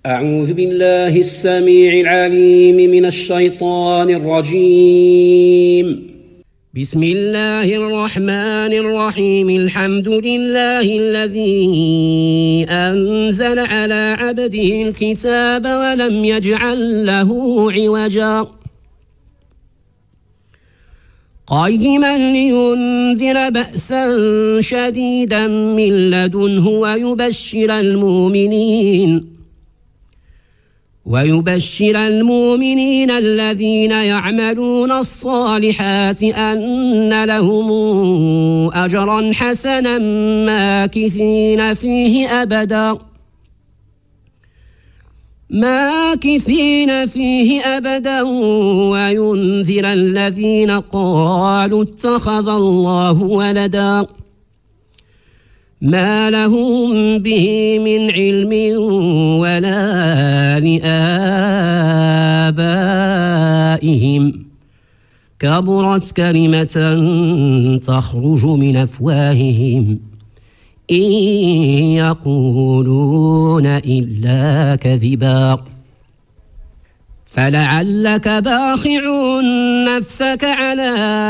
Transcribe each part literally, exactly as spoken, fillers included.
أعوذ بالله السميع العليم من الشيطان الرجيم. بسم الله الرحمن الرحيم. الحمد لله الذي أنزل على عبده الكتاب ولم يجعل له عوجا قيما لينذر بأسا شديدا من لدنه ويبشر المؤمنين ويبشر المؤمنين الذين يعملون الصالحات أن لهم أجرا حسنا ماكثين فيه أبدا ماكثين فيه أبدا وينذر الذين قالوا اتخذ الله ولدا ما لهم به من علم ولا لآبائهم كبرت كلمة تخرج من أفواههم إن يقولون إلا كذبا فلعلك باخع نفسك على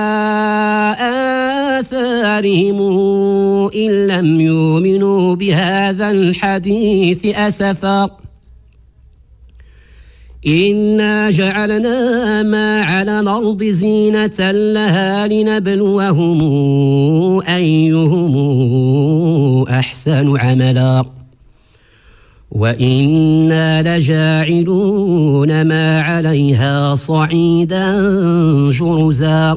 آثارهم إن لم يؤمنوا بهذا الحديث أسفا إنا جعلنا ما على الأرض زينة لها لنبلوهم أيهم أحسن عملا وإنا لجاعلون ما عليها صعيدا جرزا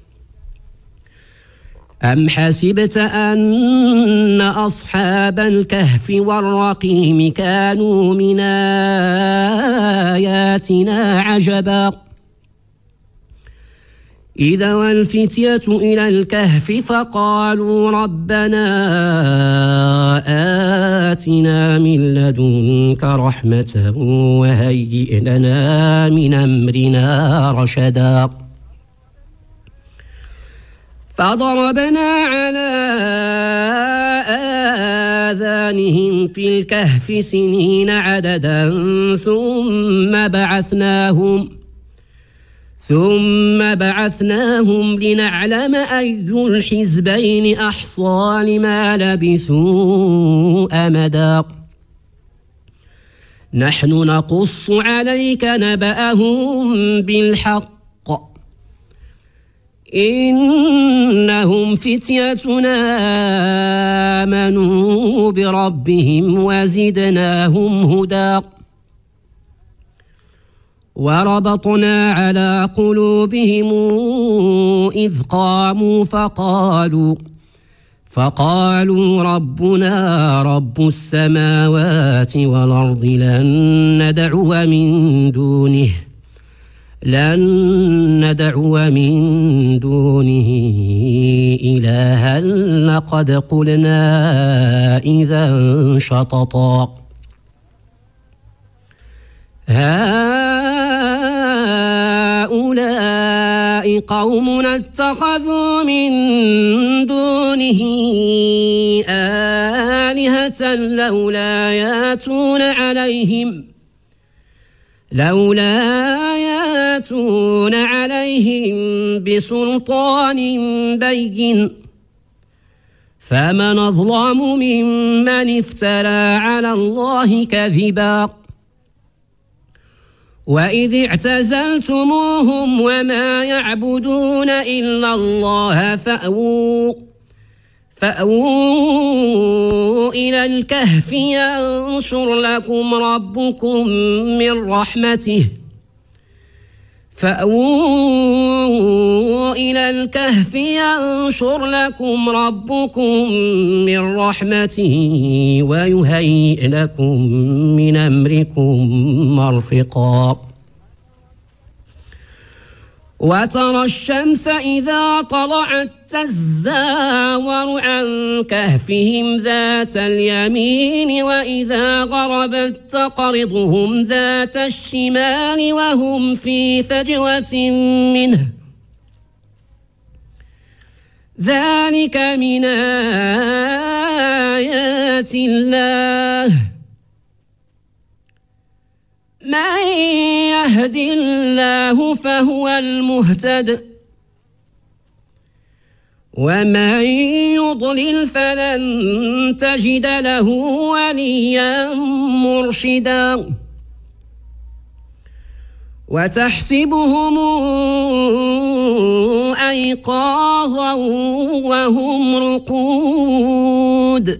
أم حسبت أن أصحاب الكهف والرقيم كانوا من آياتنا عجبا إذا والفتية إلى الكهف فقالوا ربنا آتنا من لدنك رحمة وهيئ لنا من أمرنا رشدا فضربنا على آذانهم في الكهف سنين عددا ثم بعثناهم ثم بعثناهم لنعلم أي الحزبين أحصى لما لبثوا أمدا نحن نقص عليك نبأهم بالحق إنهم فتيتنا آمنوا بربهم وزدناهم هدى وربطنا على قلوبهم إذ قاموا فقالوا فقالوا ربنا رب السماوات والأرض لن ندعو من دونه لن ندعو من دونه إلها لقد قلنا إذا شططا هؤلاء قوم اتخذوا من دونه آلهة لولا ياتون عليهم لولا ياتون عليهم بسلطان بين فمن أظلم ممن افترى على الله كذبا وإذ اعتزلتموهم وما يعبدون إلا الله فأووا فأووا إلى الكهف ينشر لكم ربكم من رحمته فأووا إلى الكهف ينشر لكم ربكم من رحمته ويهيئ لكم من أمركم مرفقا وترى الشمس إذا طلعت تزاور عن كهفهم ذات اليمين وإذا غربت تقرضهم ذات الشمال وهم في فجوة منه ذلك من آيات الله يهد الله فهو المهتد ومن يضلل فلن تجد له وليا مرشدا وتحسبهم أيقاظا وهم رقود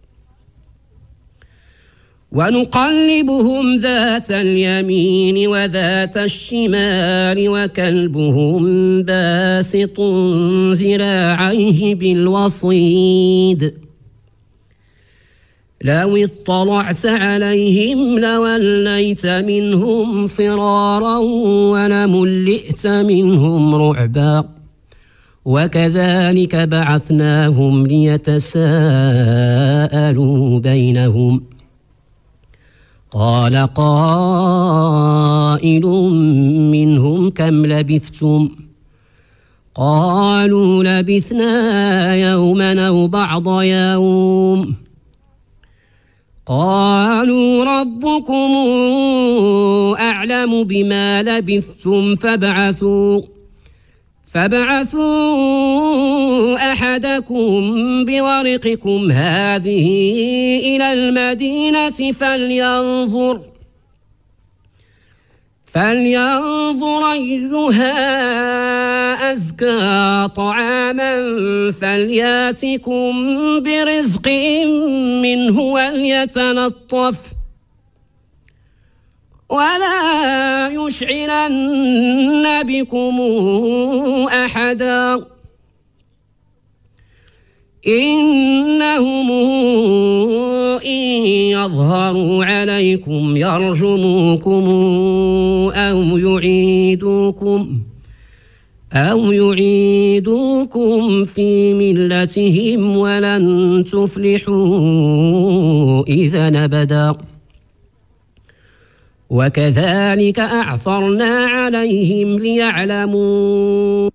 ونقلبهم ذات اليمين وذات الشمال وكلبهم باسط ذراعيه بالوصيد لو اطلعت عليهم لوليت منهم فرارا ولملئت منهم رعبا وكذلك بعثناهم ليتساءلوا بينهم قال قائل منهم كم لبثتم قالوا لبثنا يوما أو بعض يوم قالوا ربكم أعلم بما لبثتم فابعثوا فابعثوا أحدكم بورقكم هذه إلى المدينة فلينظر فلينظر أيها أزكى طعاما فلياتكم برزق منه وليتلطف ولا يشعرن بكم أحدا إنهم إن يظهروا عليكم يرجموكم أو يعيدوكم أو يعيدوكم في ملتهم ولن تفلحوا إذا أبدا وكذلك أعثرنا عليهم ليعلموا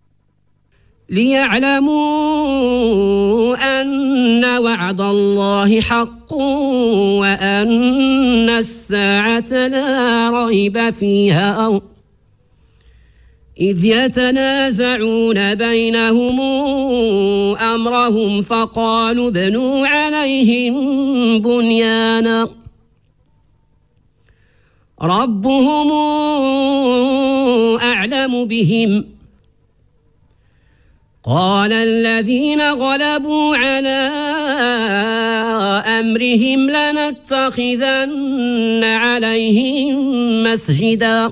ليعلموا أن وعد الله حق وأن الساعة لا ريب فيها إذ يتنازعون بينهم أمرهم فقالوا ابنوا عليهم بنيانا ربهم أعلم بهم قال الذين غلبوا على أمرهم لنتخذن عليهم مسجدا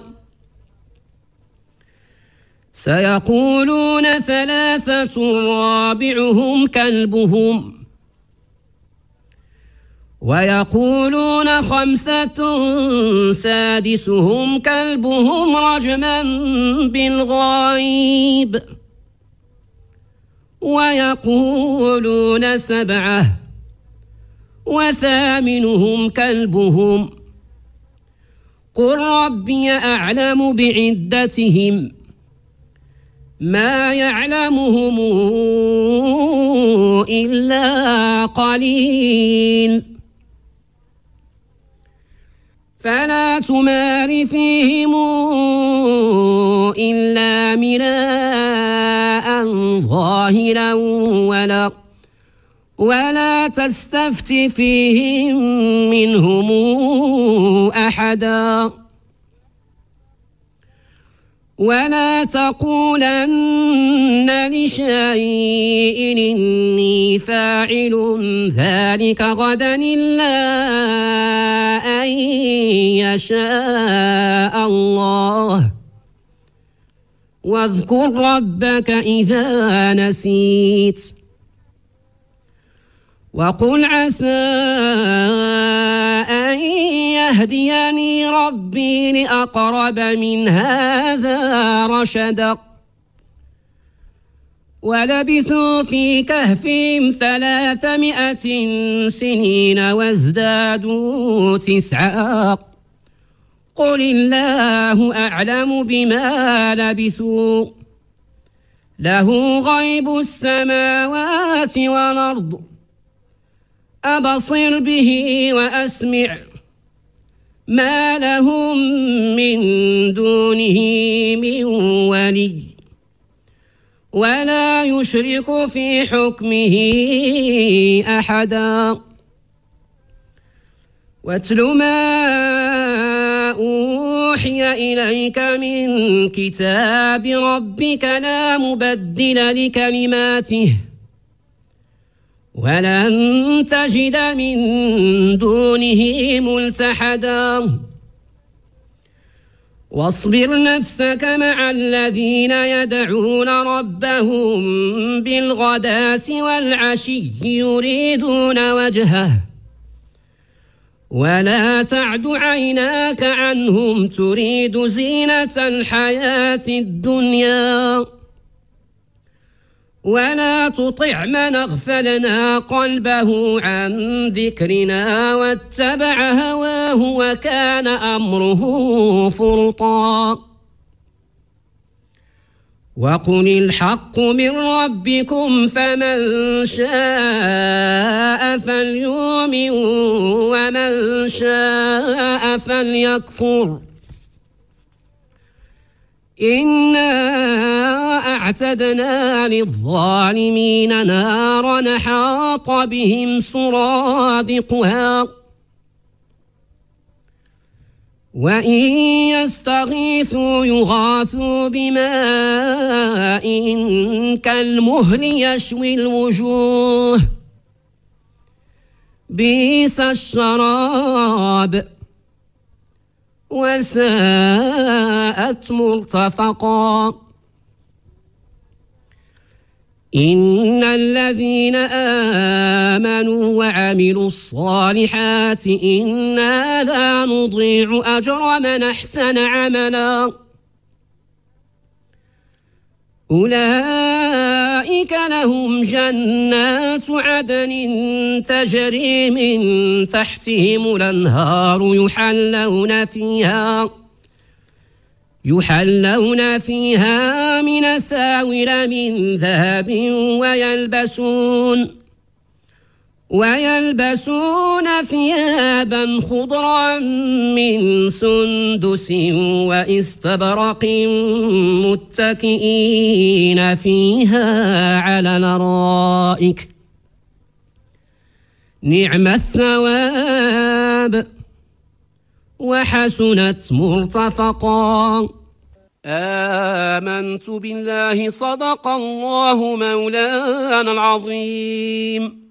سيقولون ثلاثة رابعهم كلبهم ويقولون خمسة سادسهم كلبهم رجما بالغيب ويقولون سبعة وثامنهم كلبهم قل ربي أعلم بعدتهم ما يعلمهم إلا قليل فلا تمار فيهم إلا مراء ظاهرا ولا ولا تستفت فيهم منهم أحدا ولا تقولن لشيء إني فاعل ذلك غدا إلا أن يشاء الله واذكر ربك إذا نسيت وقل عسى أن يهديني ربي لأقرب من هذا رشدا ولبثوا في كهفهم ثلاثمائة سنين وازدادوا تسعا قل الله أعلم بما لبثوا له غيب السماوات والأرض أبصر به وأسمع ما لهم من دونه من ولي ولا يشرك في حكمه أحدا واتل ما أوحي إليك من كتاب ربك لا مبدل لكلماته ولن تجد من دونه ملتحدا واصبر نفسك مع الذين يدعون ربهم بالغداة والعشي يريدون وجهه ولا تعد عيناك عنهم تريد زينة الحياة الدنيا ولا تطع من أغفلنا قلبه عن ذكرنا واتبع هواه وكان أمره فرطا وقل الحق من ربكم فمن شاء فليؤمن ومن شاء فليكفر إنا أعتدنا للظالمين نارا حاط بهم سرادقها وإن يستغيثوا يغاثوا بماء كالمهل يشوي الوجوه بئس الشراب وساءت مرتفقا إن الذين آمنوا وعملوا الصالحات إنا لا نضيع أجر من أحسن عملا أولئك لهم جنات عدن تجري من تحتهم الأنهار يحلون فيها يحلون فيها من أساور من ذهب ويلبسون ويلبسون ثيابا خضرا من سندس واستبرق متكئين فيها على الأرائك نعم الثواب وحسنت مرتفقا آمنت بالله صدق الله مولانا العظيم.